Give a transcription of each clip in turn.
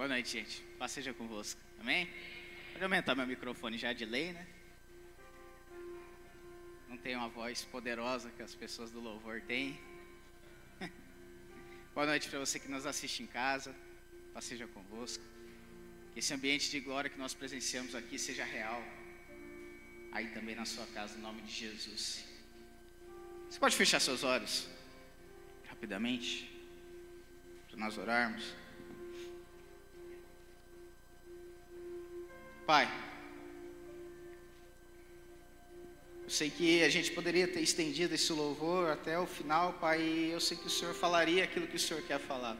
Boa noite, gente. Paz seja convosco. Amém? Pode aumentar meu microfone já de lei, né? Não tenho uma voz poderosa que as pessoas do louvor têm. Boa noite para você que nos assiste em casa. Paz seja convosco. Que esse ambiente de glória que nós presenciamos aqui seja real. Aí também na sua casa, em nome de Jesus. Você pode fechar seus olhos rapidamente para nós orarmos. Pai, eu sei que a gente poderia ter estendido esse louvor até o final, Pai, e eu sei que o Senhor falaria aquilo que o Senhor quer falar.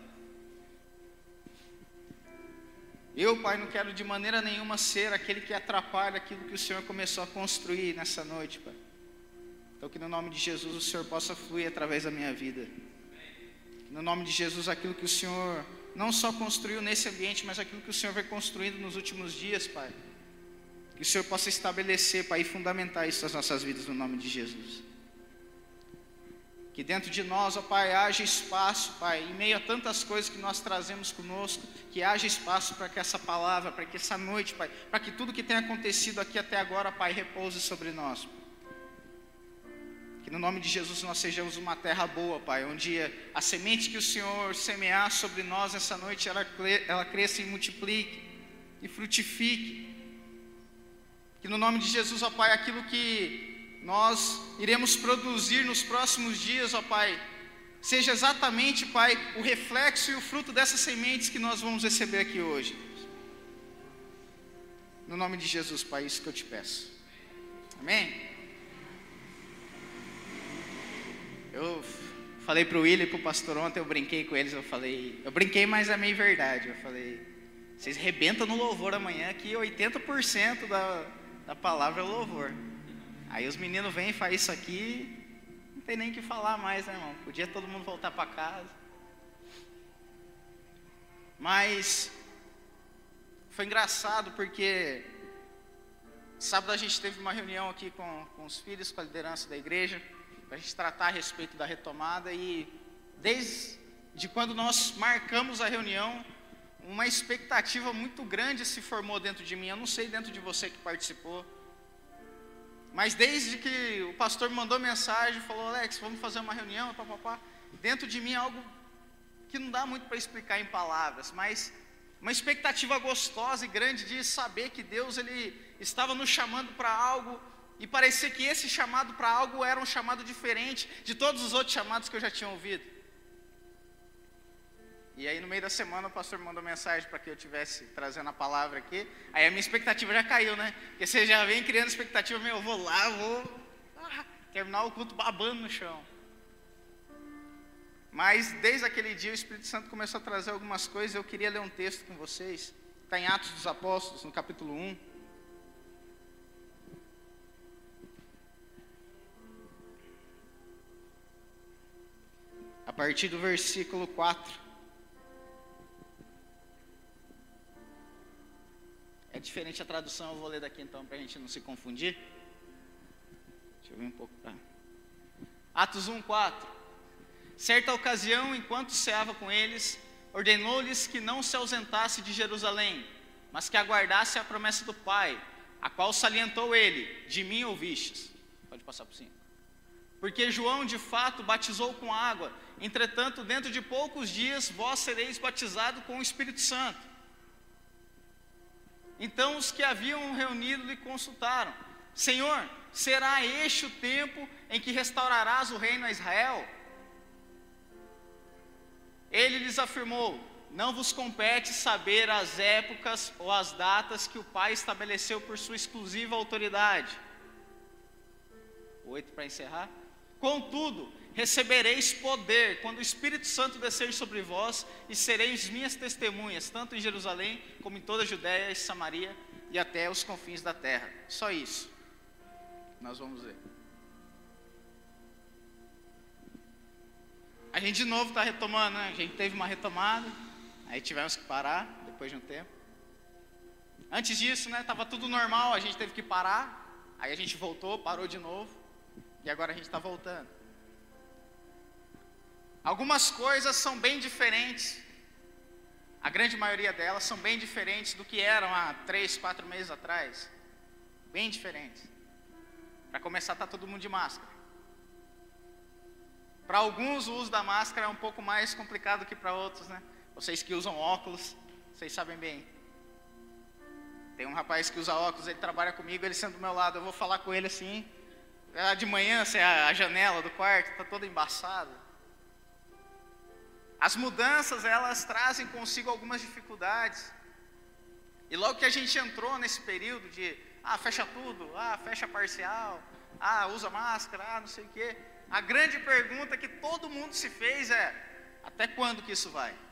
Eu, Pai, não quero de maneira nenhuma ser aquele que atrapalha aquilo que o Senhor começou a construir nessa noite, Pai. Então que no nome de Jesus o Senhor possa fluir através da minha vida. Que no nome de Jesus aquilo que o Senhor não só construiu nesse ambiente, mas aquilo que o Senhor vai construindo nos últimos dias, Pai. Que o Senhor possa estabelecer, Pai, e fundamentar isso nas nossas vidas no nome de Jesus. Que dentro de nós, ó Pai, haja espaço, Pai, em meio a tantas coisas que nós trazemos conosco, que haja espaço para que essa palavra, para que essa noite, Pai, para que tudo que tem acontecido aqui até agora, Pai, repouse sobre nós. Que no nome de Jesus nós sejamos uma terra boa, Pai, onde a semente que o Senhor semear sobre nós nessa noite, ela cresça e multiplique e frutifique. Que no nome de Jesus, ó Pai, aquilo que nós iremos produzir nos próximos dias, ó Pai, seja exatamente, Pai, o reflexo e o fruto dessas sementes que nós vamos receber aqui hoje. No nome de Jesus, Pai, isso que eu te peço. Amém? Eu falei para o William e para o pastor ontem, eu brinquei com eles, eu brinquei, mas é meio verdade. Eu falei, vocês rebentam no louvor amanhã, que 80% da palavra é o louvor. Aí os meninos vêm e fazem isso aqui, não tem nem o que falar mais, né, irmão? Podia todo mundo voltar para casa. Mas foi engraçado porque sábado a gente teve uma reunião aqui com os filhos, com a liderança da igreja, para a gente tratar a respeito da retomada, e desde quando nós marcamos a reunião, uma expectativa muito grande se formou dentro de mim. Eu não sei dentro de você que participou, mas desde que o pastor me mandou mensagem, falou, Alex, vamos fazer uma reunião, papapá, dentro de mim algo que não dá muito para explicar em palavras, mas uma expectativa gostosa e grande de saber que Deus ele estava nos chamando para algo, e parecia que esse chamado para algo era um chamado diferente de todos os outros chamados que eu já tinha ouvido. E aí no meio da semana o pastor me mandou mensagem para que eu estivesse trazendo a palavra aqui. Aí a minha expectativa já caiu, né? Porque você já vem criando expectativa, eu vou lá, terminar o culto babando no chão. Mas desde aquele dia o Espírito Santo começou a trazer algumas coisas. Eu queria ler um texto com vocês. Está em Atos dos Apóstolos, no capítulo 1. A partir do versículo 4. É diferente a tradução, eu vou ler daqui então, para a gente não se confundir. Deixa eu ver um pouco. Atos 1, 4. Certa ocasião, enquanto ceava com eles, ordenou-lhes que não se ausentasse de Jerusalém, mas que aguardasse a promessa do Pai, a qual salientou ele, de mim ouvistes. Pode passar por cima. Porque João de fato batizou com água, entretanto dentro de poucos dias vós sereis batizados com o Espírito Santo. Então os que haviam reunido lhe consultaram, Senhor, será este o tempo em que restaurarás o reino a Israel? Ele lhes afirmou, não vos compete saber as épocas ou as datas que o Pai estabeleceu por sua exclusiva autoridade. 8 para encerrar. Contudo, recebereis poder quando o Espírito Santo descer sobre vós, e sereis minhas testemunhas, tanto em Jerusalém, como em toda a Judéia e Samaria, e até os confins da terra. Só isso. Nós vamos ver. A gente de novo está retomando, né? A gente teve uma retomada, aí tivemos que parar, depois de um tempo. Antes disso, né, estava tudo normal, a gente teve que parar, aí a gente voltou, parou de novo. E agora a gente está voltando. Algumas coisas são bem diferentes a grande maioria delas são bem diferentes do que eram há 3, 4 meses atrás. Bem diferentes. Para começar, está todo mundo de máscara. Para alguns, o uso da máscara é um pouco mais complicado que para outros, né? Vocês que usam óculos, vocês sabem bem. Tem um rapaz que usa óculos, ele trabalha comigo, ele senta do meu lado, eu vou falar com ele assim. De manhã, assim, a janela do quarto está toda embaçada. As mudanças, elas trazem consigo algumas dificuldades. E logo que a gente entrou nesse período de, fecha tudo, fecha parcial, usa máscara, não sei o quê. A grande pergunta que todo mundo se fez é, até quando que isso vai?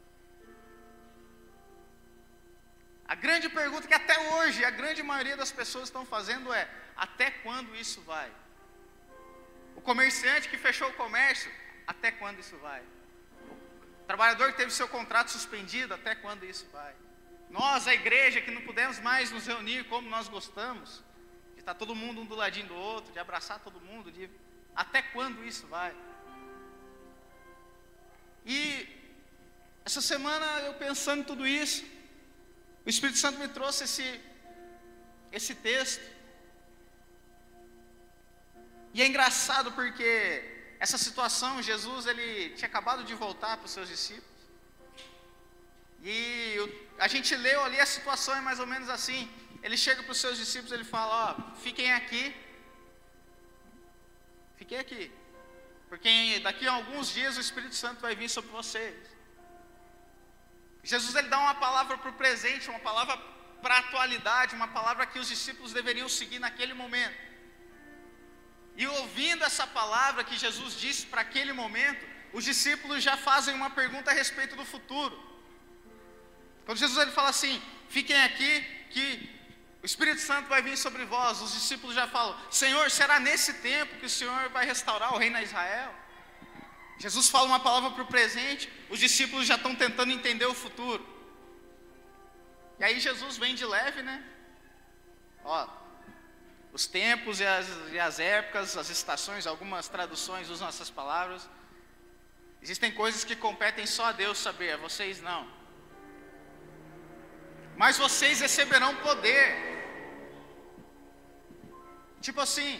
A grande pergunta que até hoje a grande maioria das pessoas estão fazendo é, até quando isso vai? O comerciante que fechou o comércio, até quando isso vai? O trabalhador que teve seu contrato suspendido, até quando isso vai? Nós, a igreja, que não pudemos mais nos reunir como nós gostamos, de estar todo mundo um do ladinho do outro, de abraçar todo mundo, até quando isso vai? E essa semana, eu pensando em tudo isso, o Espírito Santo me trouxe esse texto. E é engraçado porque essa situação, Jesus, ele tinha acabado de voltar para os seus discípulos. E a gente leu ali, a situação é mais ou menos assim. Ele chega para os seus discípulos, ele fala, fiquem aqui. Fiquem aqui. Porque daqui a alguns dias o Espírito Santo vai vir sobre vocês. Jesus, ele dá uma palavra para o presente, uma palavra para a atualidade, uma palavra que os discípulos deveriam seguir naquele momento. E ouvindo essa palavra que Jesus disse para aquele momento, os discípulos já fazem uma pergunta a respeito do futuro. Quando Jesus ele fala assim, fiquem aqui que o Espírito Santo vai vir sobre vós, os discípulos já falam, Senhor, será nesse tempo que o Senhor vai restaurar o reino a Israel? Jesus fala uma palavra para o presente, os discípulos já estão tentando entender o futuro. E aí Jesus vem de leve, né? Os tempos e as épocas, as estações, algumas traduções usam essas palavras. Existem coisas que competem só a Deus saber, a vocês não. Mas vocês receberão poder. Tipo assim,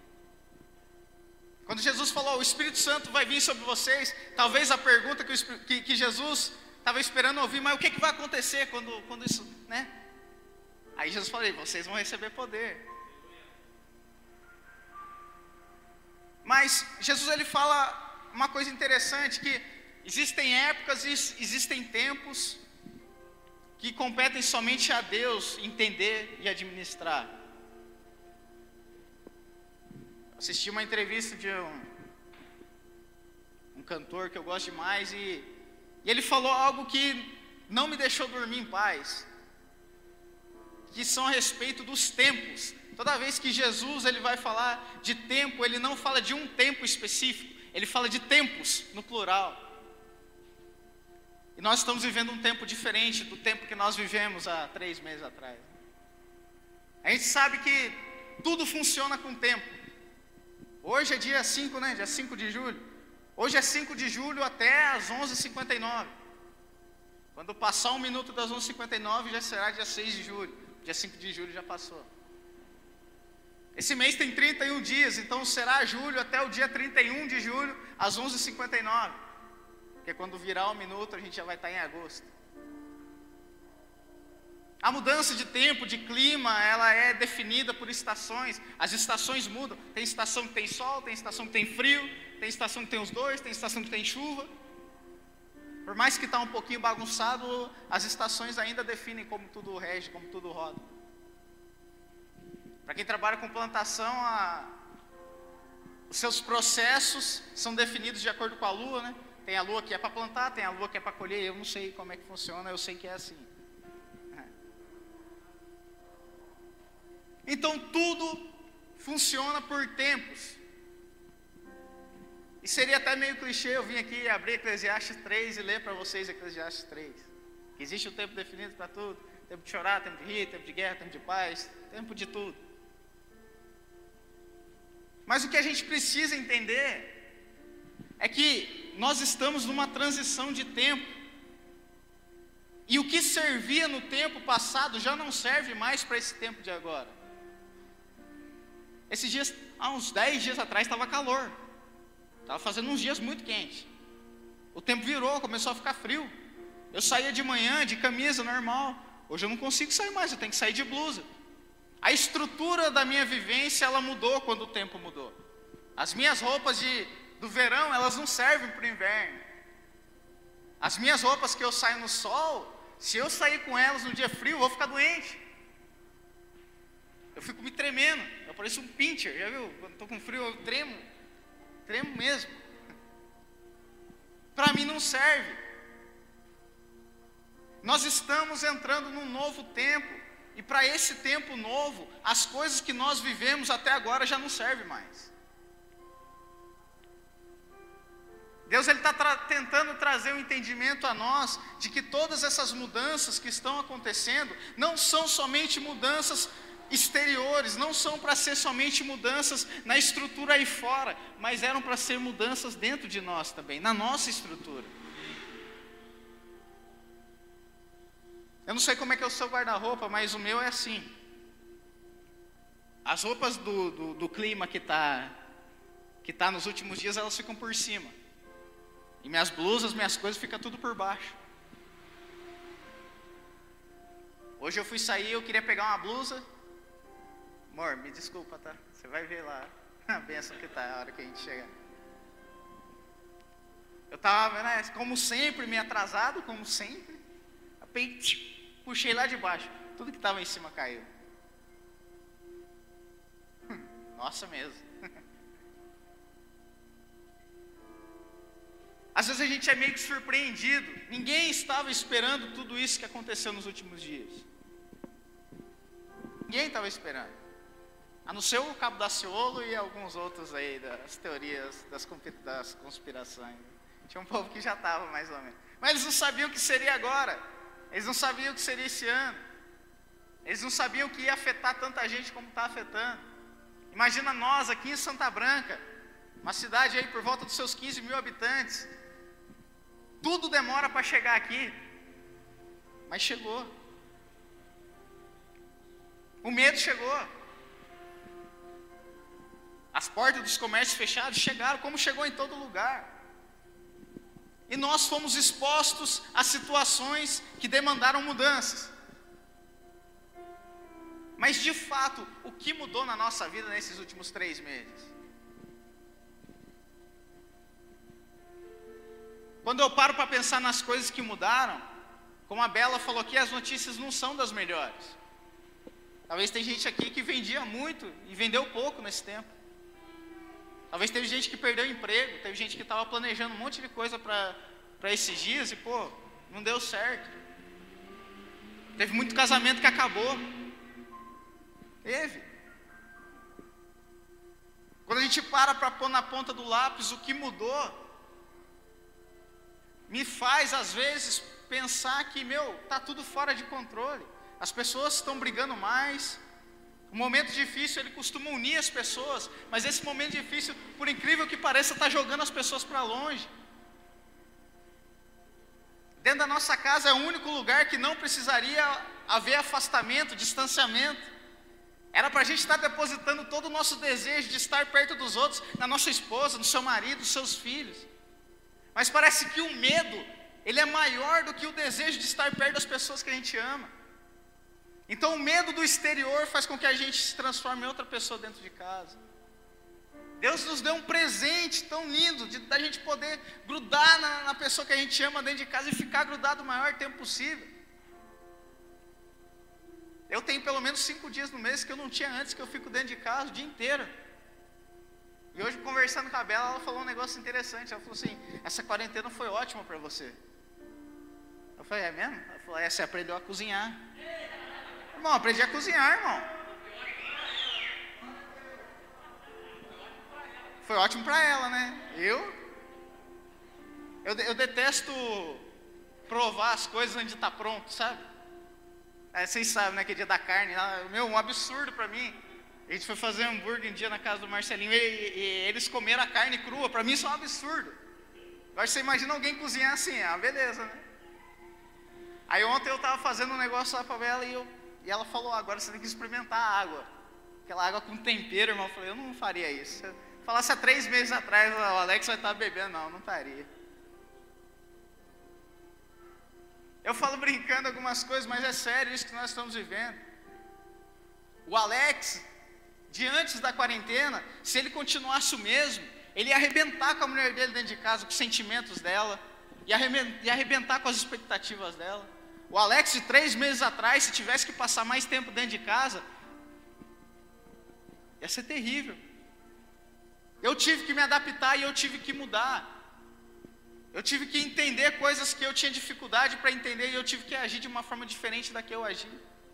quando Jesus falou, o Espírito Santo vai vir sobre vocês, talvez a pergunta que Jesus estava esperando ouvir, mas o que vai acontecer quando isso, né? Aí Jesus falou, vocês vão receber poder. Mas Jesus ele fala uma coisa interessante, que existem épocas e existem tempos que competem somente a Deus entender e administrar. Assisti uma entrevista de um cantor que eu gosto demais e ele falou algo que não me deixou dormir em paz, que são a respeito dos tempos. Toda vez que Jesus ele vai falar de tempo, ele não fala de um tempo específico, ele fala de tempos no plural. E nós estamos vivendo um tempo diferente do tempo que nós vivemos há 3 meses atrás. A gente sabe que tudo funciona com tempo. Hoje é dia 5, né? Dia 5 de julho. Hoje é 5 de julho até as 11h59. Quando passar 1 minuto das 11h59 já será dia 6 de julho. Dia 5 de julho já passou. Esse mês tem 31 dias, então será julho até o dia 31 de julho às 11h59. Porque quando virar 1 minuto a gente já vai estar em agosto. A mudança de tempo, de clima, ela é definida por estações. As estações mudam. Tem estação que tem sol, tem estação que tem frio, tem estação que tem os dois, tem estação que tem chuva. Por mais que está um pouquinho bagunçado, as estações ainda definem como tudo rege, como tudo roda. Para quem trabalha com plantação, os seus processos são definidos de acordo com a lua, né? Tem a lua que é para plantar, tem a lua que é para colher. Eu não sei como é que funciona, eu sei que é assim. Então tudo funciona por tempos. E seria até meio clichê eu vim aqui abrir Eclesiastes 3 e ler para vocês Eclesiastes 3. Que existe um tempo definido para tudo. Tempo de chorar, tempo de rir, tempo de guerra, tempo de paz, tempo de tudo. Mas o que a gente precisa entender é que nós estamos numa transição de tempo. E o que servia no tempo passado já não serve mais para esse tempo de agora. Esses dias, há uns 10 dias atrás, estava calor. Estava fazendo uns dias muito quentes. O tempo virou, começou a ficar frio. Eu saía de manhã de camisa normal. Hoje eu não consigo sair mais, eu tenho que sair de blusa. A estrutura da minha vivência, ela mudou quando o tempo mudou. As minhas roupas do verão, elas não servem para o inverno. As minhas roupas que eu saio no sol, se eu sair com elas no dia frio, eu vou ficar doente. Eu fico me tremendo, eu pareço um pincher, já viu? Quando estou com frio eu tremo mesmo. Para mim não serve. Nós estamos entrando num novo tempo, e para esse tempo novo, as coisas que nós vivemos até agora já não servem mais. Deus está tentando trazer um entendimento a nós de que todas essas mudanças que estão acontecendo não são somente mudanças exteriores, não são para ser somente mudanças na estrutura aí fora, mas eram para ser mudanças dentro de nós também, na nossa estrutura. Eu não sei como é que é o seu guarda-roupa, mas o meu é assim. As roupas do clima que tá nos últimos dias, elas ficam por cima. E minhas blusas, minhas coisas, ficam tudo por baixo. Hoje eu fui sair, eu queria pegar uma blusa. Amor, me desculpa, tá? Você vai ver lá a bênção que tá a hora que a gente chegar. Eu estava, né, como sempre, meio atrasado, como sempre. Puxei lá de baixo. Tudo que estava em cima caiu. Nossa mesmo. Às vezes a gente é meio que surpreendido. Ninguém estava esperando tudo isso que aconteceu nos últimos dias. Ninguém estava esperando. A não ser o Cabo Daciolo e alguns outros aí das teorias das conspirações. Tinha um povo que já estava mais ou menos. Mas eles não sabiam o que seria agora. Eles não sabiam o que seria esse ano. Eles não sabiam que ia afetar tanta gente como está afetando. Imagina nós aqui em Santa Branca, uma cidade aí por volta dos seus 15 mil habitantes. Tudo demora para chegar aqui, mas chegou. O medo chegou. As portas dos comércios fechados chegaram, como chegou em todo lugar. E nós fomos expostos a situações que demandaram mudanças. Mas de fato, o que mudou na nossa vida nesses últimos 3 meses? Quando eu paro para pensar nas coisas que mudaram, como a Bela falou aqui, as notícias não são das melhores. Talvez tem gente aqui que vendia muito e vendeu pouco nesse tempo. Talvez teve gente que perdeu emprego, teve gente que estava planejando um monte de coisa para esses dias e não deu certo. Teve muito casamento que acabou. Teve. Quando a gente para pôr na ponta do lápis o que mudou, me faz às vezes pensar que, tá tudo fora de controle. As pessoas estão brigando mais. O momento difícil, ele costuma unir as pessoas, mas esse momento difícil, por incrível que pareça, está jogando as pessoas para longe. Dentro da nossa casa é o único lugar que não precisaria haver afastamento, distanciamento. Era para a gente estar depositando todo o nosso desejo de estar perto dos outros, na nossa esposa, no seu marido, nos seus filhos. Mas parece que o medo, ele é maior do que o desejo de estar perto das pessoas que a gente ama. Então o medo do exterior faz com que a gente se transforme em outra pessoa dentro de casa. Deus nos deu um presente tão lindo, da gente poder grudar na pessoa que a gente ama dentro de casa e ficar grudado o maior tempo possível. Eu tenho pelo menos 5 dias no mês que eu não tinha antes, que eu fico dentro de casa o dia inteiro. E hoje, conversando com a Bela, ela falou um negócio interessante. Ela falou assim: essa quarentena foi ótima para você. Eu falei: é mesmo? Ela falou: você aprendeu a cozinhar. Irmão, aprendi a cozinhar, irmão. Foi ótimo para ela, né? Eu detesto provar as coisas antes de estar pronto, sabe? Vocês sabem, né, que é dia da carne. Um absurdo para mim. A gente foi fazer hambúrguer um dia na casa do Marcelinho e eles comeram a carne crua. Para mim isso é um absurdo. Agora você imagina alguém cozinhar assim, beleza, né? Aí ontem eu estava fazendo um negócio lá para ela e ela falou, agora você tem que experimentar a água. Aquela água com tempero, irmão. Eu falei, eu não faria isso. Se eu falasse há 3 meses atrás, o Alex vai estar bebendo, não estaria. Eu falo brincando algumas coisas, mas é sério isso que nós estamos vivendo. O Alex, de antes da quarentena, se ele continuasse o mesmo, ele ia arrebentar com a mulher dele dentro de casa, com os sentimentos dela, ia arrebentar com as expectativas dela. O Alex, de 3 meses atrás, se tivesse que passar mais tempo dentro de casa, ia ser terrível. Eu tive que me adaptar e eu tive que mudar. Eu tive que entender coisas que eu tinha dificuldade para entender e eu tive que agir de uma forma diferente da que eu agi.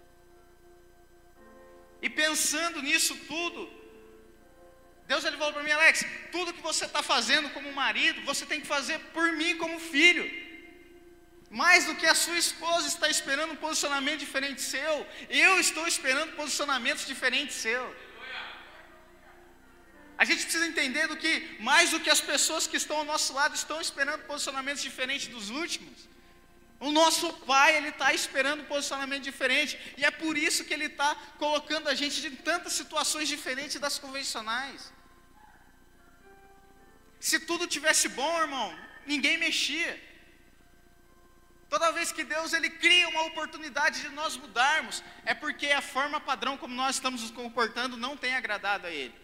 E pensando nisso tudo, Deus ele falou para mim, Alex, tudo que você está fazendo como marido, você tem que fazer por mim como filho. Mais do que a sua esposa está esperando um posicionamento diferente seu, eu estou esperando posicionamentos diferentes seu. A gente precisa entender mais do que as pessoas que estão ao nosso lado estão esperando posicionamentos diferentes dos últimos. O nosso Pai, Ele está esperando um posicionamento diferente. E é por isso que Ele está colocando a gente em tantas situações diferentes das convencionais. Se tudo tivesse bom, irmão, ninguém mexia. Toda vez que Deus Ele cria uma oportunidade de nós mudarmos, é porque a forma padrão como nós estamos nos comportando não tem agradado a Ele.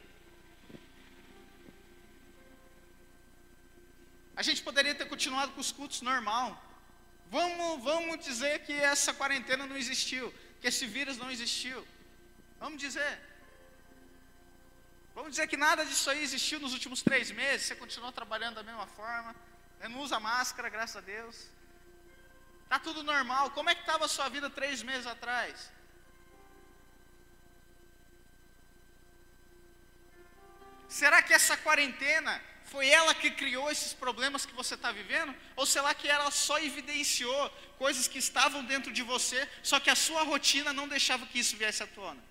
A gente poderia ter continuado com os cultos normal. Vamos dizer que essa quarentena não existiu, que esse vírus não existiu. Vamos dizer que nada disso aí existiu nos últimos 3 meses. Você continuou trabalhando da mesma forma, não usa máscara, graças a Deus. Está tudo normal. Como é que estava a sua vida 3 meses atrás? Será que essa quarentena foi ela que criou esses problemas que você está vivendo? Ou será que ela só evidenciou coisas que estavam dentro de você, só que a sua rotina não deixava que isso viesse à tona?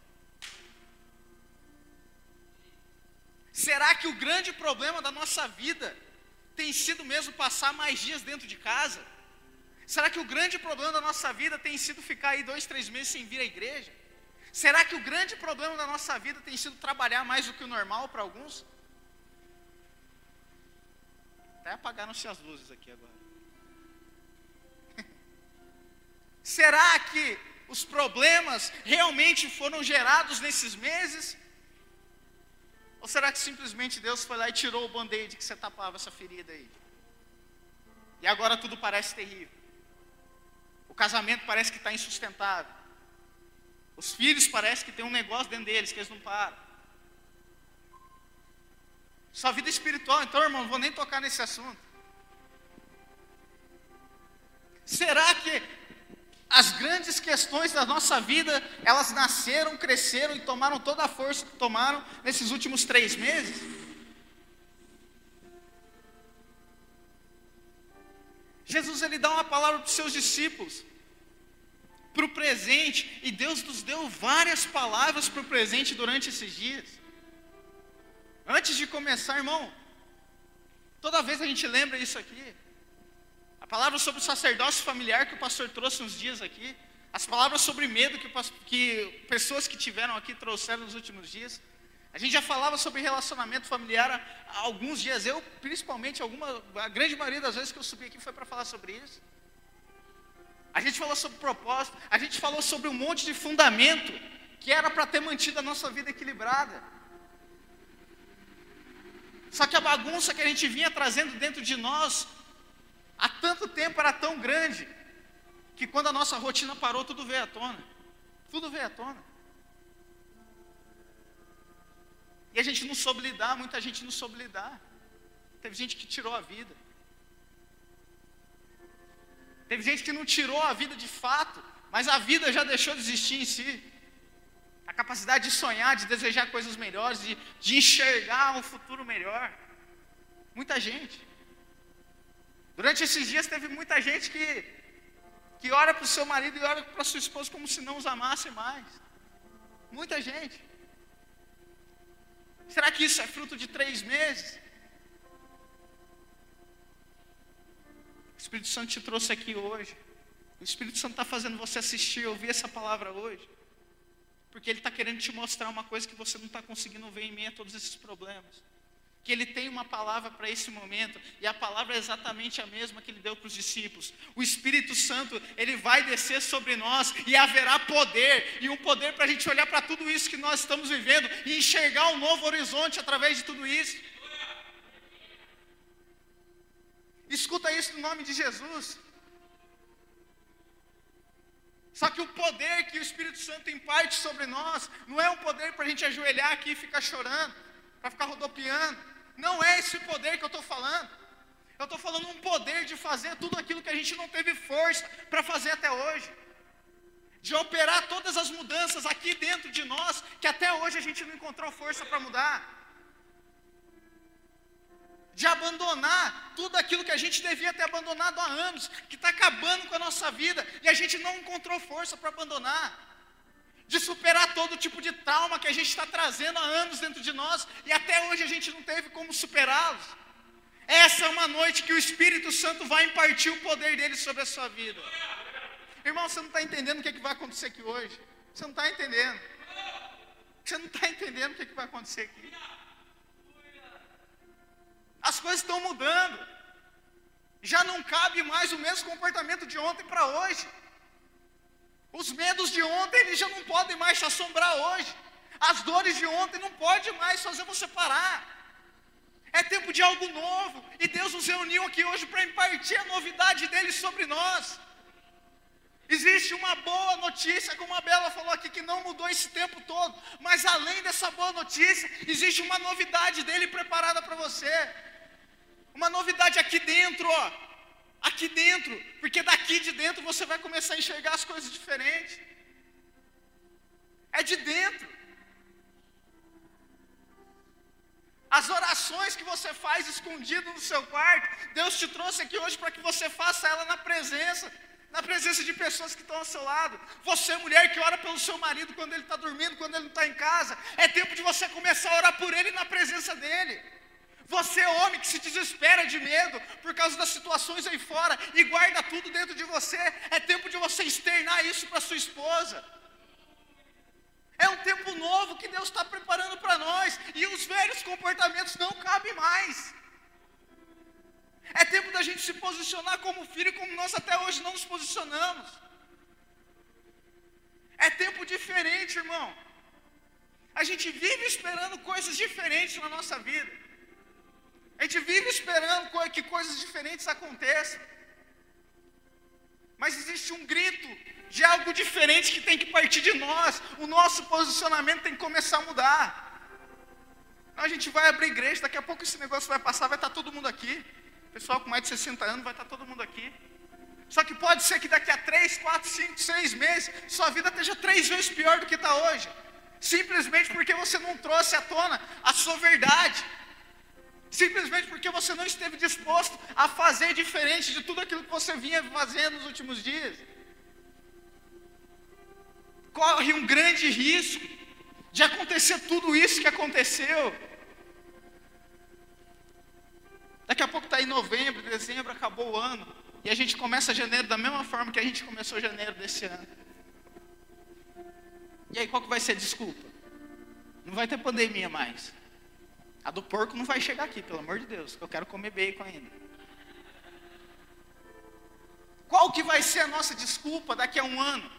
Será que o grande problema da nossa vida tem sido mesmo passar mais dias dentro de casa? Será que o grande problema da nossa vida tem sido ficar aí 2, 3 meses sem vir à igreja? Será que o grande problema da nossa vida tem sido trabalhar mais do que o normal para alguns? Até apagaram-se as luzes aqui agora. Será que os problemas realmente foram gerados nesses meses? Ou será que simplesmente Deus foi lá e tirou o band-aid que você tapava essa ferida aí? E agora tudo parece terrível. O casamento parece que está insustentável. Os filhos parece que tem um negócio dentro deles que eles não param. Sua vida espiritual, então, irmão, não vou nem tocar nesse assunto. Será que as grandes questões da nossa vida, elas nasceram, cresceram e tomaram toda a força que tomaram nesses últimos 3 meses? Jesus, ele dá uma palavra para os seus discípulos, para o presente, e Deus nos deu várias palavras para o presente durante esses dias. Antes de começar, irmão, toda vez a gente lembra isso aqui. A palavra sobre o sacerdócio familiar que o pastor trouxe uns dias aqui. As palavras sobre medo que pessoas que tiveram aqui trouxeram nos últimos dias. A gente já falava sobre relacionamento familiar há alguns dias. Eu, principalmente, a grande maioria das vezes que eu subi aqui foi para falar sobre isso. A gente falou sobre propósito. A gente falou sobre um monte de fundamento que era para ter mantido a nossa vida equilibrada. Só que a bagunça que a gente vinha trazendo dentro de nós, há tanto tempo era tão grande, que quando a nossa rotina parou, tudo veio à tona. Tudo veio à tona. E a gente não soube lidar, muita gente não soube lidar. Teve gente que tirou a vida. Teve gente que não tirou a vida de fato, mas a vida já deixou de existir em si. A capacidade de sonhar, de desejar coisas melhores, de enxergar um futuro melhor. Muita gente. Durante esses dias teve muita gente que olha para o seu marido e olha para a sua esposa como se não os amasse mais. Muita gente. Será que isso é fruto de 3 meses? O Espírito Santo te trouxe aqui hoje O Espírito Santo está fazendo você assistir, ouvir essa palavra hoje, porque Ele está querendo te mostrar uma coisa que você não está conseguindo ver em meio a todos esses problemas. Que Ele tem uma palavra para esse momento, e a palavra é exatamente a mesma que Ele deu para os discípulos. O Espírito Santo, Ele vai descer sobre nós, e haverá poder, e um poder para a gente olhar para tudo isso que nós estamos vivendo, e enxergar um novo horizonte através de tudo isso. Escuta isso no nome de Jesus. Só que o poder que o Espírito Santo imparte sobre nós, não é um poder para a gente ajoelhar aqui e ficar chorando, para ficar rodopiando. Não é esse poder que eu estou falando. Eu estou falando um poder de fazer tudo aquilo que a gente não teve força para fazer até hoje. De operar todas as mudanças aqui dentro de nós, que até hoje a gente não encontrou força para mudar. De abandonar tudo aquilo que a gente devia ter abandonado há anos, que está acabando com a nossa vida, e a gente não encontrou força para abandonar. De superar todo tipo de trauma que a gente está trazendo há anos dentro de nós, e até hoje a gente não teve como superá-los. Essa é uma noite que o Espírito Santo vai impartir o poder dele sobre a sua vida. Irmão, você não está entendendo o que vai acontecer aqui hoje. Você não está entendendo. Você não está entendendo o que vai acontecer aqui. As coisas estão mudando. Já não cabe mais o mesmo comportamento de ontem para hoje. Os medos de ontem, eles já não podem mais te assombrar hoje. As dores de ontem não podem mais fazer você parar. É tempo de algo novo. E Deus nos reuniu aqui hoje para impartir a novidade dele sobre nós. Existe uma boa notícia, como a Bela falou aqui, que não mudou esse tempo todo. Mas além dessa boa notícia, existe uma novidade dele preparada para você. Uma novidade aqui dentro, ó. Aqui dentro, porque daqui de dentro você vai começar a enxergar as coisas diferentes. É de dentro. As orações que você faz escondido no seu quarto, Deus te trouxe aqui hoje para que você faça ela na presença de pessoas que estão ao seu lado. Você, mulher que ora pelo seu marido quando ele está dormindo, quando ele não está em casa, é tempo de você começar a orar por ele na presença dele. Você, homem que se desespera de medo por causa das situações aí fora e guarda tudo dentro de você, é tempo de você externar isso para sua esposa. É um tempo novo que Deus está preparando para nós, e os velhos comportamentos não cabem mais. É tempo da gente se posicionar como filho, como nós até hoje não nos posicionamos. É tempo diferente, irmão. A gente vive esperando coisas diferentes na nossa vida. A gente vive esperando que coisas diferentes aconteçam. Mas existe um grito de algo diferente que tem que partir de nós. O nosso posicionamento tem que começar a mudar. A gente vai abrir igreja, daqui a pouco esse negócio vai passar, vai estar todo mundo aqui. Pessoal com mais de 60 anos, vai estar todo mundo aqui. Só que pode ser que daqui a 3, 4, 5, 6 meses, sua vida esteja 3 vezes pior do que está hoje. Simplesmente porque você não trouxe à tona a sua verdade. Simplesmente porque você não esteve disposto a fazer diferente de tudo aquilo que você vinha fazendo nos últimos dias. Corre um grande risco de acontecer tudo isso que aconteceu. Daqui a pouco está em novembro, dezembro, acabou o ano. E a gente começa janeiro da mesma forma que a gente começou janeiro desse ano. E aí qual que vai ser a desculpa? Não vai ter pandemia mais. A do porco não vai chegar aqui, pelo amor de Deus, que eu quero comer bacon ainda. Qual que vai ser a nossa desculpa daqui a um ano?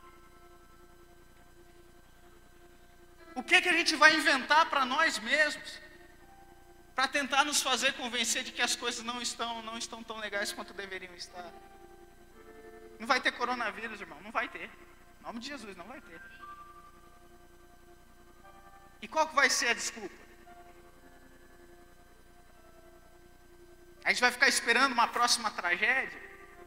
O que a gente vai inventar para nós mesmos, para tentar nos fazer convencer de que as coisas não estão tão legais quanto deveriam estar? Não vai ter coronavírus, irmão, não vai ter. Em nome de Jesus, não vai ter. E qual que vai ser a desculpa? A gente vai ficar esperando uma próxima tragédia?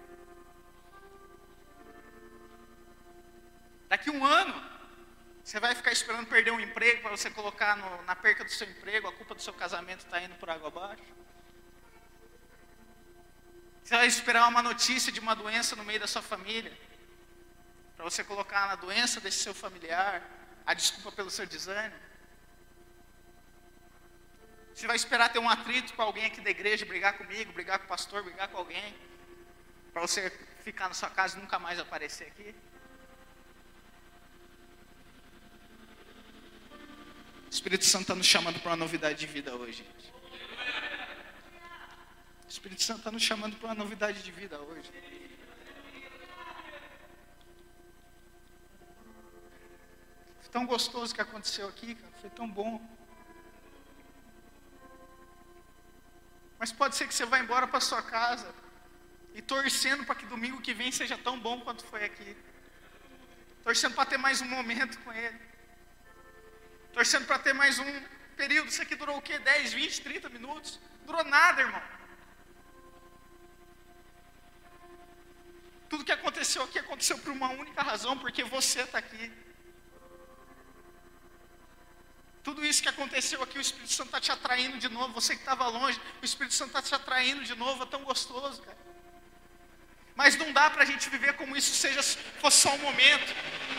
Daqui um ano, você vai ficar esperando perder um emprego para você colocar na perca do seu emprego, a culpa do seu casamento está indo por água abaixo? Você vai esperar uma notícia de uma doença no meio da sua família, para você colocar na doença desse seu familiar a desculpa pelo seu desânimo? Você vai esperar ter um atrito com alguém aqui da igreja, brigar comigo, brigar com o pastor, brigar com alguém, para você ficar na sua casa e nunca mais aparecer aqui? O Espírito Santo está nos chamando para uma novidade de vida hoje, gente. O Espírito Santo está nos chamando para uma novidade de vida hoje. Foi tão gostoso que aconteceu aqui, cara. Foi tão bom. Mas pode ser que você vá embora para sua casa e torcendo para que domingo que vem seja tão bom quanto foi aqui. Torcendo para ter mais um momento com Ele. Torcendo para ter mais um período. Isso aqui durou o quê? 10, 20, 30 minutos? Durou nada, irmão. Tudo que aconteceu aqui aconteceu por uma única razão, porque você está aqui. Tudo isso que aconteceu aqui, o Espírito Santo está te atraindo de novo. Você que estava longe, o Espírito Santo está te atraindo de novo. É tão gostoso, cara. Mas não dá para a gente viver como isso fosse só um momento.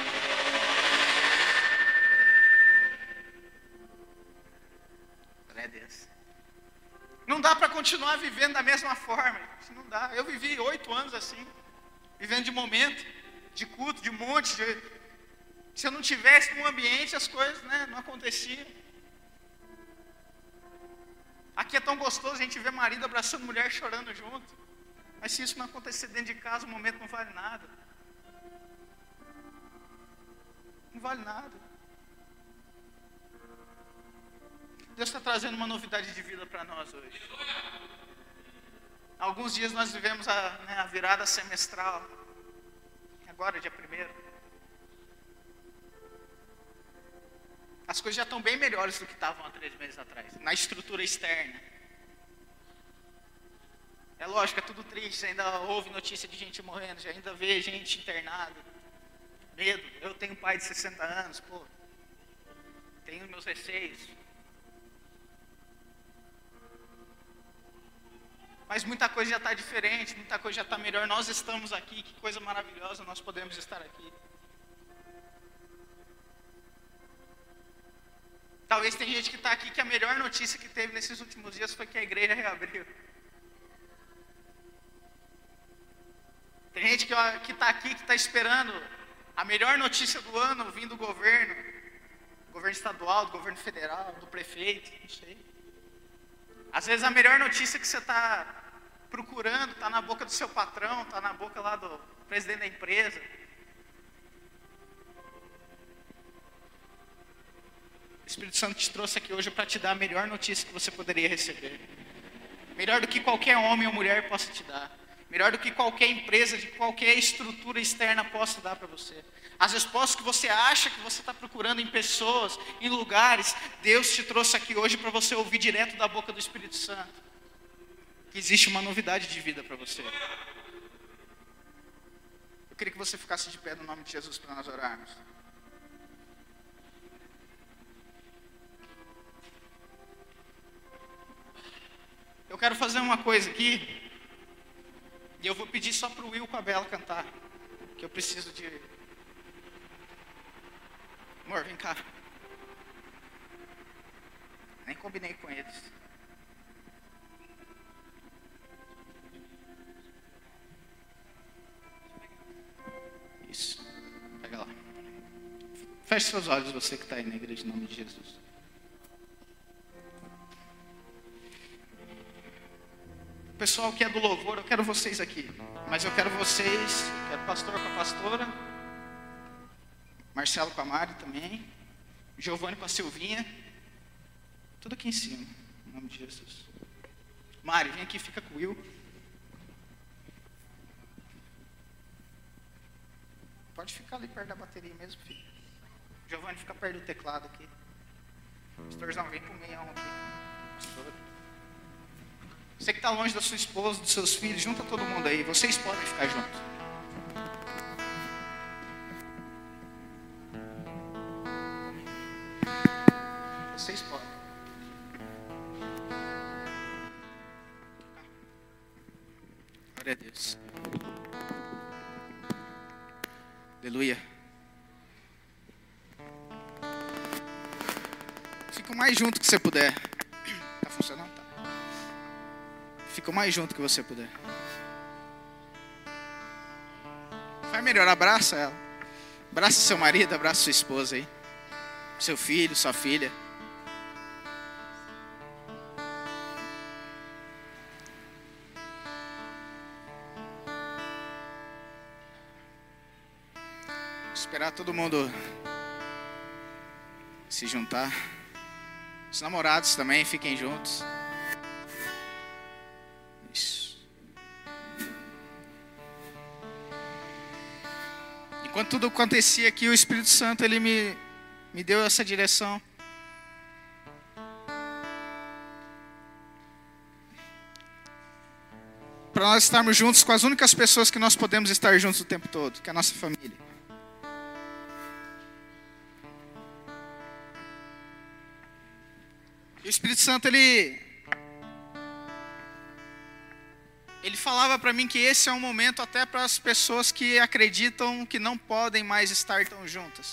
Não dá para continuar vivendo da mesma forma. Não dá. Eu vivi 8 anos assim, vivendo de momento, de culto, de monte. Se eu não tivesse no ambiente, as coisas, não aconteciam. Aqui é tão gostoso a gente ver marido abraçando mulher chorando junto. Mas se isso não acontecer dentro de casa, o momento não vale nada. Não vale nada. Deus está trazendo uma novidade de vida para nós hoje. Alguns dias nós vivemos a virada semestral. Agora, dia 1º. As coisas já estão bem melhores do que estavam há 3 meses atrás. Na estrutura externa. É lógico, é tudo triste. Ainda houve notícia de gente morrendo. Já ainda vê gente internada. Medo. Eu tenho um pai de 60 anos. Tenho meus receios. Mas muita coisa já está diferente, muita coisa já está melhor. Nós estamos aqui, que coisa maravilhosa, nós podemos estar aqui. Talvez tem gente que está aqui que a melhor notícia que teve nesses últimos dias foi que a igreja reabriu. Tem gente que está aqui, que está esperando a melhor notícia do ano vindo do governo estadual, do governo federal, do prefeito, não sei. Às vezes a melhor notícia que você está procurando está na boca do seu patrão, está na boca lá do presidente da empresa. O Espírito Santo te trouxe aqui hoje para te dar a melhor notícia que você poderia receber. Melhor do que qualquer homem ou mulher possa te dar. Melhor do que qualquer empresa, de qualquer estrutura externa possa dar para você. As respostas que você acha que você está procurando em pessoas, em lugares, Deus te trouxe aqui hoje para você ouvir direto da boca do Espírito Santo. Que existe uma novidade de vida para você. Eu queria que você ficasse de pé no nome de Jesus para nós orarmos. Eu quero fazer uma coisa aqui. E eu vou pedir só para o Will com a Bela cantar. Que eu preciso de... Amor, vem cá. Nem combinei com eles. Isso. Pega lá. Feche seus olhos, você que está aí na igreja, em nome de Jesus. Pessoal que é do louvor, eu quero vocês aqui. Mas eu quero vocês, quero o pastor com a pastora, Marcelo com a Mari também, Giovanni com a Silvinha, tudo aqui em cima, em nome de Jesus. Mari, vem aqui, fica com o Will. Pode ficar ali perto da bateria mesmo, filho. Giovanni, fica perto do teclado aqui. Pastorzão, vem pro meião aqui. Pastor. Você que está longe da sua esposa, dos seus filhos, junta todo mundo aí. Vocês podem ficar juntos. Vocês podem. Glória a Deus. Aleluia. Fica o mais junto que você puder. Tá funcionando? Tá. Fica o mais junto que você puder. Faz melhor, abraça ela. Abraça seu marido, abraça sua esposa aí. Seu filho, sua filha. Esperar todo mundo se juntar. Os namorados também, fiquem juntos. Isso. Enquanto tudo acontecia aqui, o Espírito Santo, ele me deu essa direção. Para nós estarmos juntos com as únicas pessoas que nós podemos estar juntos o tempo todo, que é a nossa família. E o Espírito Santo, ele falava para mim que esse é um momento até para as pessoas que acreditam que não podem mais estar tão juntas.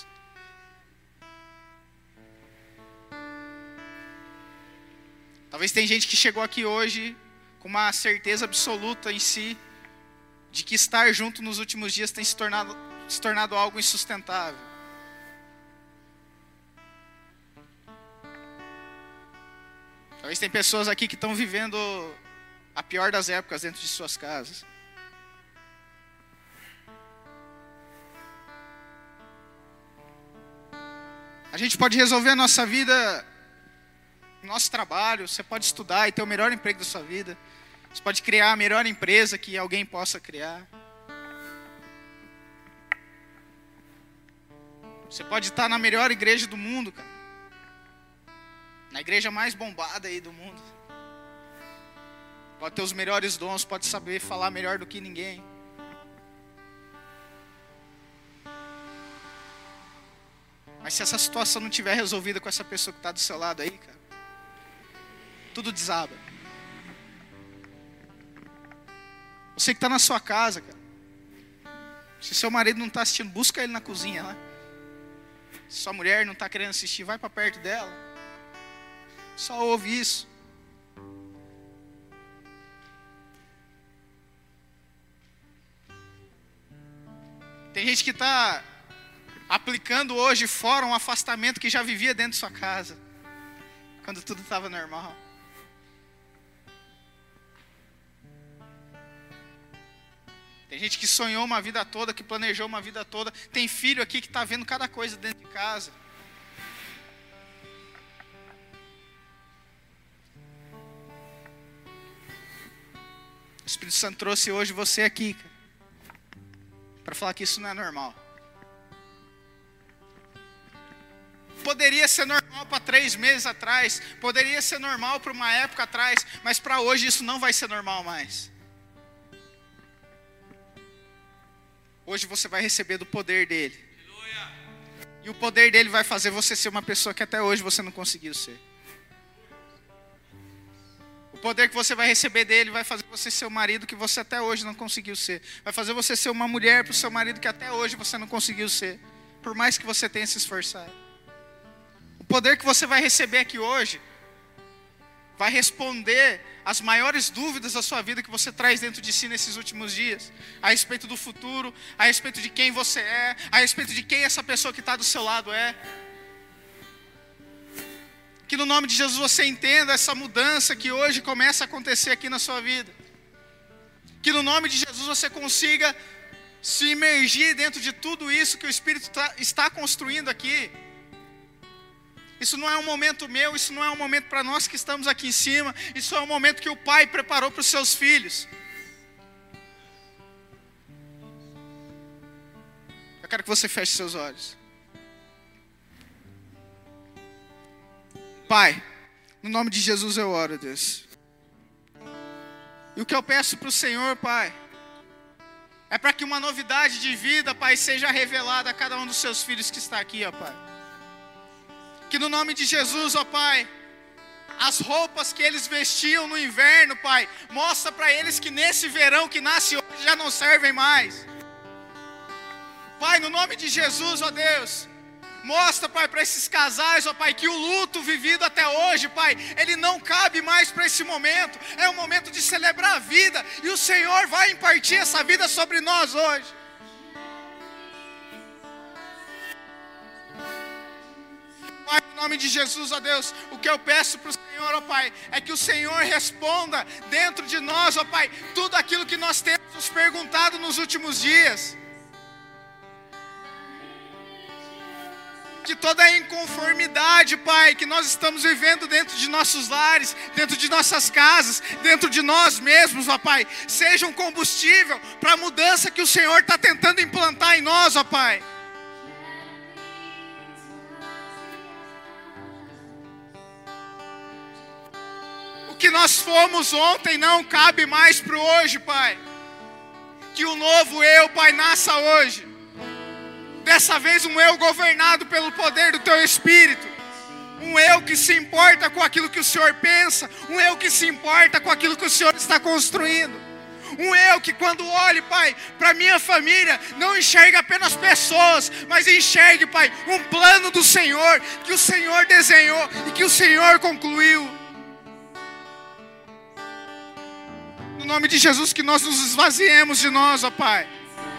Talvez tem gente que chegou aqui hoje com uma certeza absoluta em si de que estar junto nos últimos dias tem se tornado algo insustentável. Talvez tem pessoas aqui que estão vivendo a pior das épocas dentro de suas casas. A gente pode resolver a nossa vida, nosso trabalho. Você pode estudar e ter o melhor emprego da sua vida. Você pode criar a melhor empresa que alguém possa criar. Você pode estar na melhor igreja do mundo, cara. Na igreja mais bombada aí do mundo. Pode ter os melhores dons, pode saber falar melhor do que ninguém. Mas se essa situação não estiver resolvida com essa pessoa que está do seu lado aí, cara, tudo desaba. Você que está na sua casa, cara. Se seu marido não está assistindo, busca ele na cozinha lá. Se sua mulher não está querendo assistir, vai para perto dela. Só ouve isso. Tem gente que está aplicando hoje fora um afastamento que já vivia dentro de sua casa, quando tudo estava normal. Tem gente que sonhou uma vida toda, que planejou uma vida toda. Tem filho aqui que está vendo cada coisa dentro de casa. O Espírito Santo trouxe hoje você aqui, cara, para falar que isso não é normal. Poderia ser normal para 3 meses atrás, poderia ser normal para uma época atrás, mas para hoje isso não vai ser normal mais. Hoje você vai receber do poder dele. E o poder dele vai fazer você ser uma pessoa que até hoje você não conseguiu ser. O poder que você vai receber dele vai fazer você ser o marido que você até hoje não conseguiu ser. Vai fazer você ser uma mulher para o seu marido que até hoje você não conseguiu ser. Por mais que você tenha se esforçado. O poder que você vai receber aqui hoje vai responder as maiores dúvidas da sua vida que você traz dentro de si nesses últimos dias. A respeito do futuro, a respeito de quem você é, a respeito de quem essa pessoa que está do seu lado é. Que no nome de Jesus você entenda essa mudança que hoje começa a acontecer aqui na sua vida. Que no nome de Jesus você consiga se imergir dentro de tudo isso que o Espírito está construindo aqui. Isso não é um momento meu, isso não é um momento para nós que estamos aqui em cima. Isso é um momento que o Pai preparou para os seus filhos. Eu quero que você feche seus olhos. Pai, no nome de Jesus eu oro, Deus. E o que eu peço para o Senhor, Pai, é para que uma novidade de vida, Pai, seja revelada a cada um dos seus filhos que está aqui, ó Pai. Que no nome de Jesus, ó Pai, as roupas que eles vestiam no inverno, Pai, mostra para eles que nesse verão que nasce hoje já não servem mais. Pai, no nome de Jesus, ó Deus, mostra, Pai, para esses casais, ó Pai, que o luto vivido até hoje, Pai, ele não cabe mais para esse momento. É um momento de celebrar a vida. E o Senhor vai impartir essa vida sobre nós hoje. nome de Jesus, ó Deus, o que eu peço para o Senhor, ó Pai, é que o Senhor responda dentro de nós, ó Pai, tudo aquilo que nós temos nos perguntado nos últimos dias. De toda a inconformidade, Pai, que nós estamos vivendo dentro de nossos lares, dentro de nossas casas, dentro de nós mesmos, ó Pai, seja um combustível para a mudança que o Senhor está tentando implantar em nós, ó Pai. O que nós fomos ontem não cabe mais para o hoje, Pai. Que o novo eu, Pai, nasça hoje. Dessa vez um eu governado pelo poder do Teu Espírito. Um eu que se importa com aquilo que o Senhor pensa. Um eu que se importa com aquilo que o Senhor está construindo. Um eu que quando olhe, Pai, para minha família, não enxergue apenas pessoas, mas enxergue, Pai, um plano do Senhor, que o Senhor desenhou e que o Senhor concluiu. No nome de Jesus, que nós nos esvaziemos de nós, ó Pai.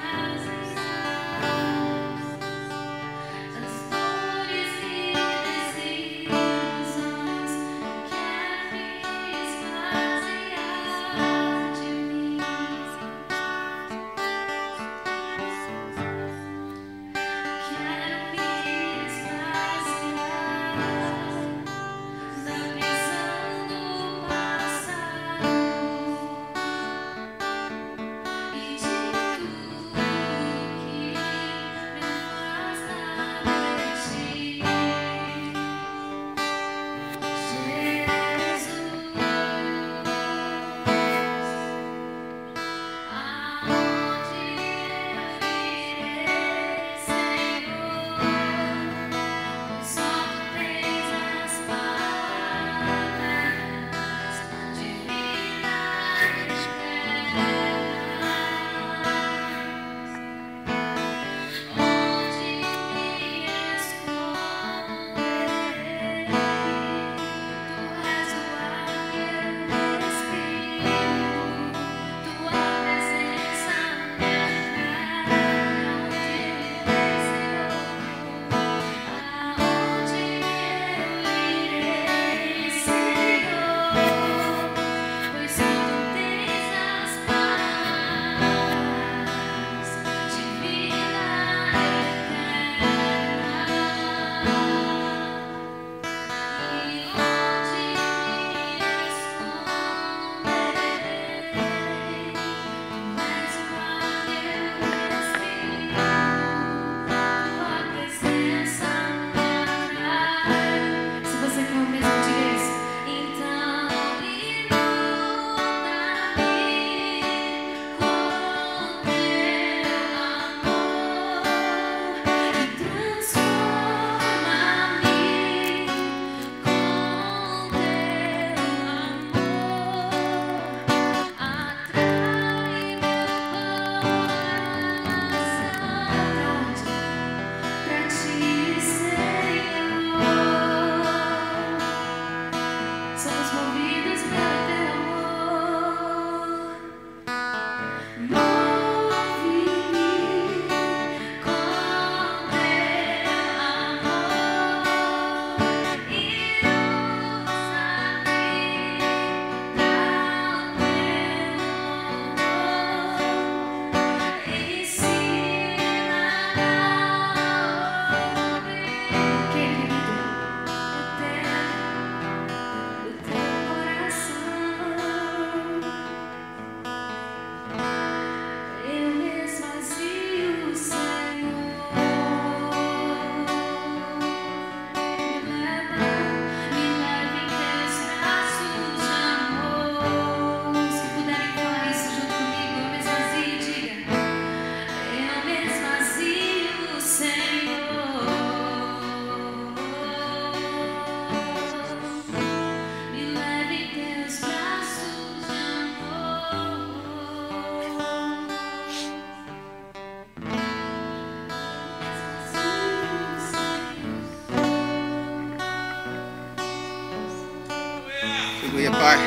Aleluia, Pai.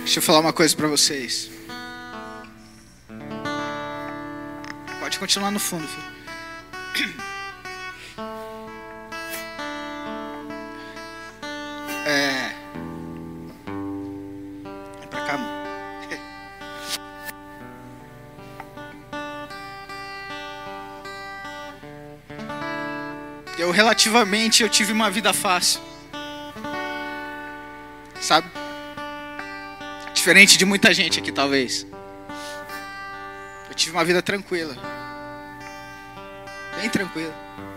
Deixa eu falar uma coisa pra vocês. Pode continuar no fundo, filho. Vem pra cá, amor. Eu tive uma vida fácil. Sabe? Diferente de muita gente aqui, talvez. Eu tive uma vida tranquila. Bem tranquila.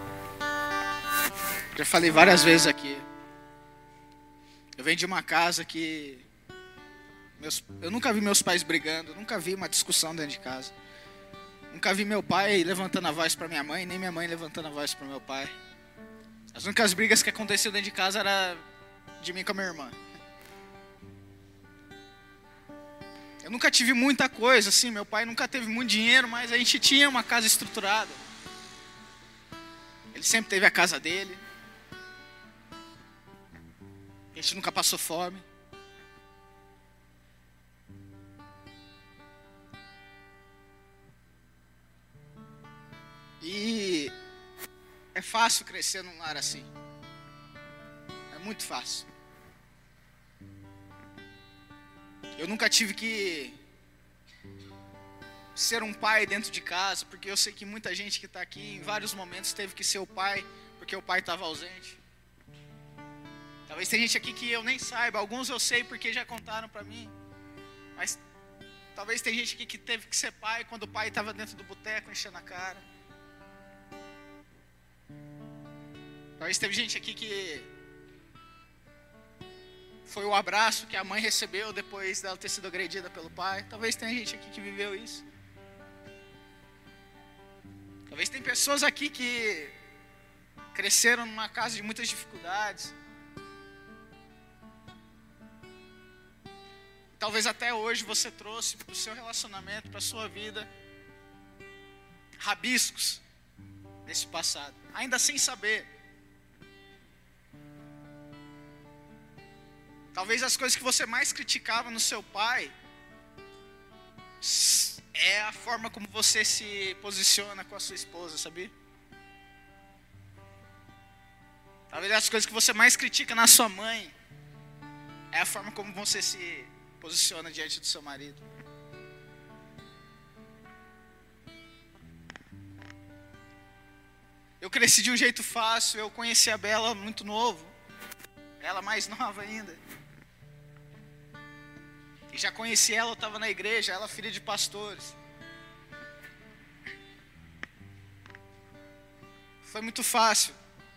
Já falei várias vezes aqui. Eu venho de uma casa que... eu nunca vi meus pais brigando. Nunca vi uma discussão dentro de casa. Nunca vi meu pai levantando a voz para minha mãe. Nem minha mãe levantando a voz para meu pai. As únicas brigas que aconteciam dentro de casa era de mim com a minha irmã. Eu nunca tive muita coisa, assim, meu pai nunca teve muito dinheiro, mas a gente tinha uma casa estruturada. Ele sempre teve a casa dele. A gente nunca passou fome. E é fácil crescer num lar assim. É muito fácil. Eu nunca tive que ser um pai dentro de casa, porque eu sei que muita gente que está aqui em vários momentos teve que ser o pai, porque o pai estava ausente. Talvez tem gente aqui que eu nem saiba, alguns eu sei porque já contaram para mim. Mas talvez tem gente aqui que teve que ser pai quando o pai estava dentro do boteco enchendo a cara. Talvez teve gente aqui que foi o abraço que a mãe recebeu depois dela ter sido agredida pelo pai. Talvez tenha gente aqui que viveu isso. Talvez tem pessoas aqui que cresceram numa casa de muitas dificuldades. Talvez até hoje você trouxe para o seu relacionamento, para a sua vida, rabiscos desse passado, ainda sem saber. Talvez as coisas que você mais criticava no seu pai é a forma como você se posiciona com a sua esposa, sabia? Talvez as coisas que você mais critica na sua mãe é a forma como você se posiciona diante do seu marido. Eu cresci de um jeito fácil, eu conheci a Bela muito novo, ela mais nova ainda. E já conheci ela, eu estava na igreja, ela filha de pastores. Foi muito fácil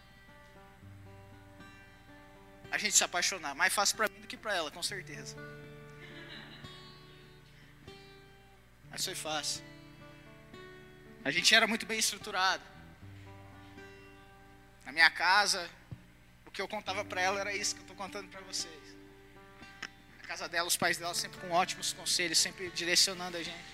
a gente se apaixonar. Mais fácil para mim do que para ela, com certeza. Mas foi fácil. A gente era muito bem estruturado. Na minha casa, o que eu contava para ela era isso que eu estou contando para vocês. Na casa dela, os pais dela sempre com ótimos conselhos, sempre direcionando a gente.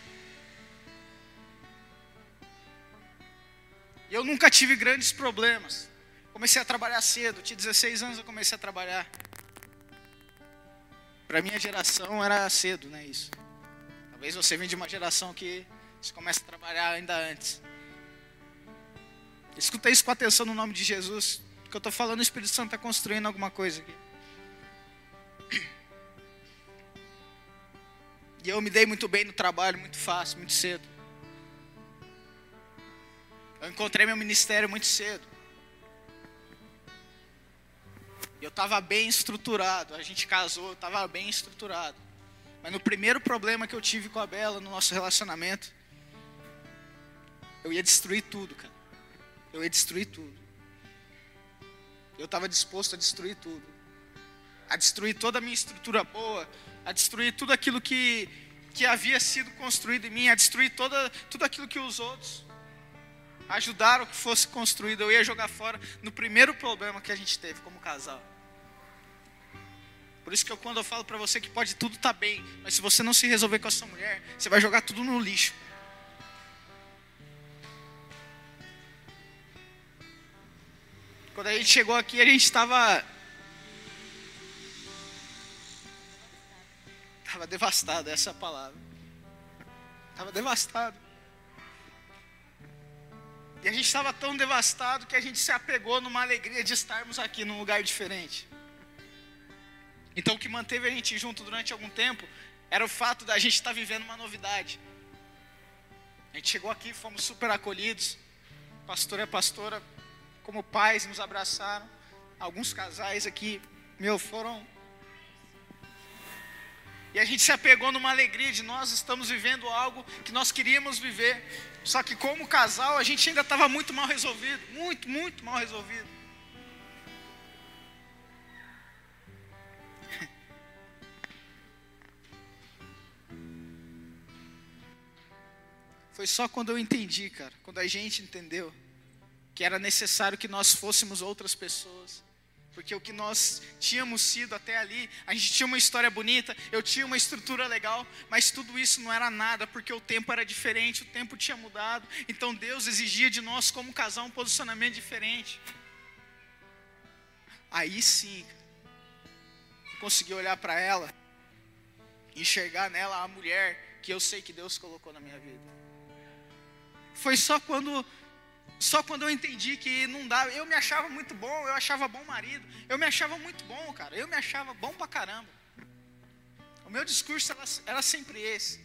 E eu nunca tive grandes problemas. Comecei a trabalhar cedo, tinha 16 anos eu comecei a trabalhar. Para minha geração era cedo, né, isso. Talvez você venha de uma geração que você começa a trabalhar ainda antes. Escuta isso com atenção no nome de Jesus, que eu estou falando, o Espírito Santo está construindo alguma coisa aqui. E eu me dei muito bem no trabalho, muito fácil, muito cedo. Eu encontrei meu ministério muito cedo. Eu estava bem estruturado, a gente casou, eu estava bem estruturado. Mas no primeiro problema que eu tive com a Bela, no nosso relacionamento, eu ia destruir tudo, cara. Eu ia destruir tudo. Eu estava disposto a destruir tudo. A destruir toda a minha estrutura boa, a destruir tudo aquilo que havia sido construído em mim, a destruir tudo aquilo que os outros ajudaram que fosse construído. Eu ia jogar fora no primeiro problema que a gente teve como casal. Por isso que quando eu falo para você que pode tudo estar bem, mas se você não se resolver com a sua mulher, você vai jogar tudo no lixo. Quando a gente chegou aqui, a gente estava Estava devastado, essa é a palavra. Estava devastado. E a gente estava tão devastado que a gente se apegou numa alegria de estarmos aqui num lugar diferente. Então o que manteve a gente junto durante algum tempo era o fato da gente estar vivendo uma novidade. A gente chegou aqui, fomos super acolhidos. O pastor e a pastora, como pais, nos abraçaram. Alguns casais aqui, foram... E a gente se apegou numa alegria de nós estamos vivendo algo que nós queríamos viver. Só que como casal, a gente ainda estava muito mal resolvido. Muito, muito mal resolvido. Foi só quando eu entendi, cara, quando a gente entendeu que era necessário que nós fôssemos outras pessoas. Porque o que nós tínhamos sido até ali, a gente tinha uma história bonita, eu tinha uma estrutura legal, mas tudo isso não era nada, porque o tempo era diferente, o tempo tinha mudado. Então Deus exigia de nós como casal um posicionamento diferente. Aí sim, consegui olhar para ela, enxergar nela a mulher que eu sei que Deus colocou na minha vida. Foi só quando eu entendi que não dava. Eu me achava muito bom, eu achava bom marido, eu me achava muito bom, cara, eu me achava bom pra caramba. O meu discurso era sempre esse.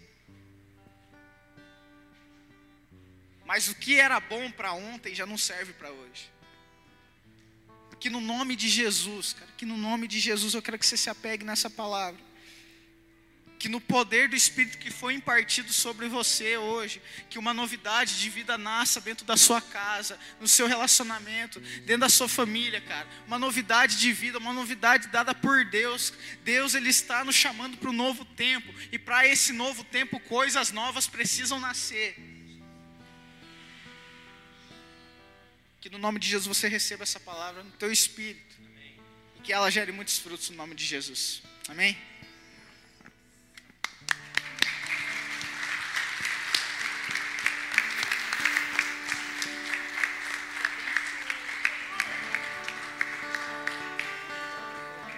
Mas o que era bom para ontem já não serve para hoje. Que no nome de Jesus, cara, que no nome de Jesus eu quero que você se apegue nessa palavra. Que no poder do Espírito que foi impartido sobre você hoje, que uma novidade de vida nasça dentro da sua casa, no seu relacionamento, dentro da sua família, cara. Uma novidade de vida, uma novidade dada por Deus. Deus, Ele está nos chamando para um novo tempo. E para esse novo tempo, coisas novas precisam nascer. Que no nome de Jesus você receba essa palavra no teu espírito. E que ela gere muitos frutos no nome de Jesus. Amém?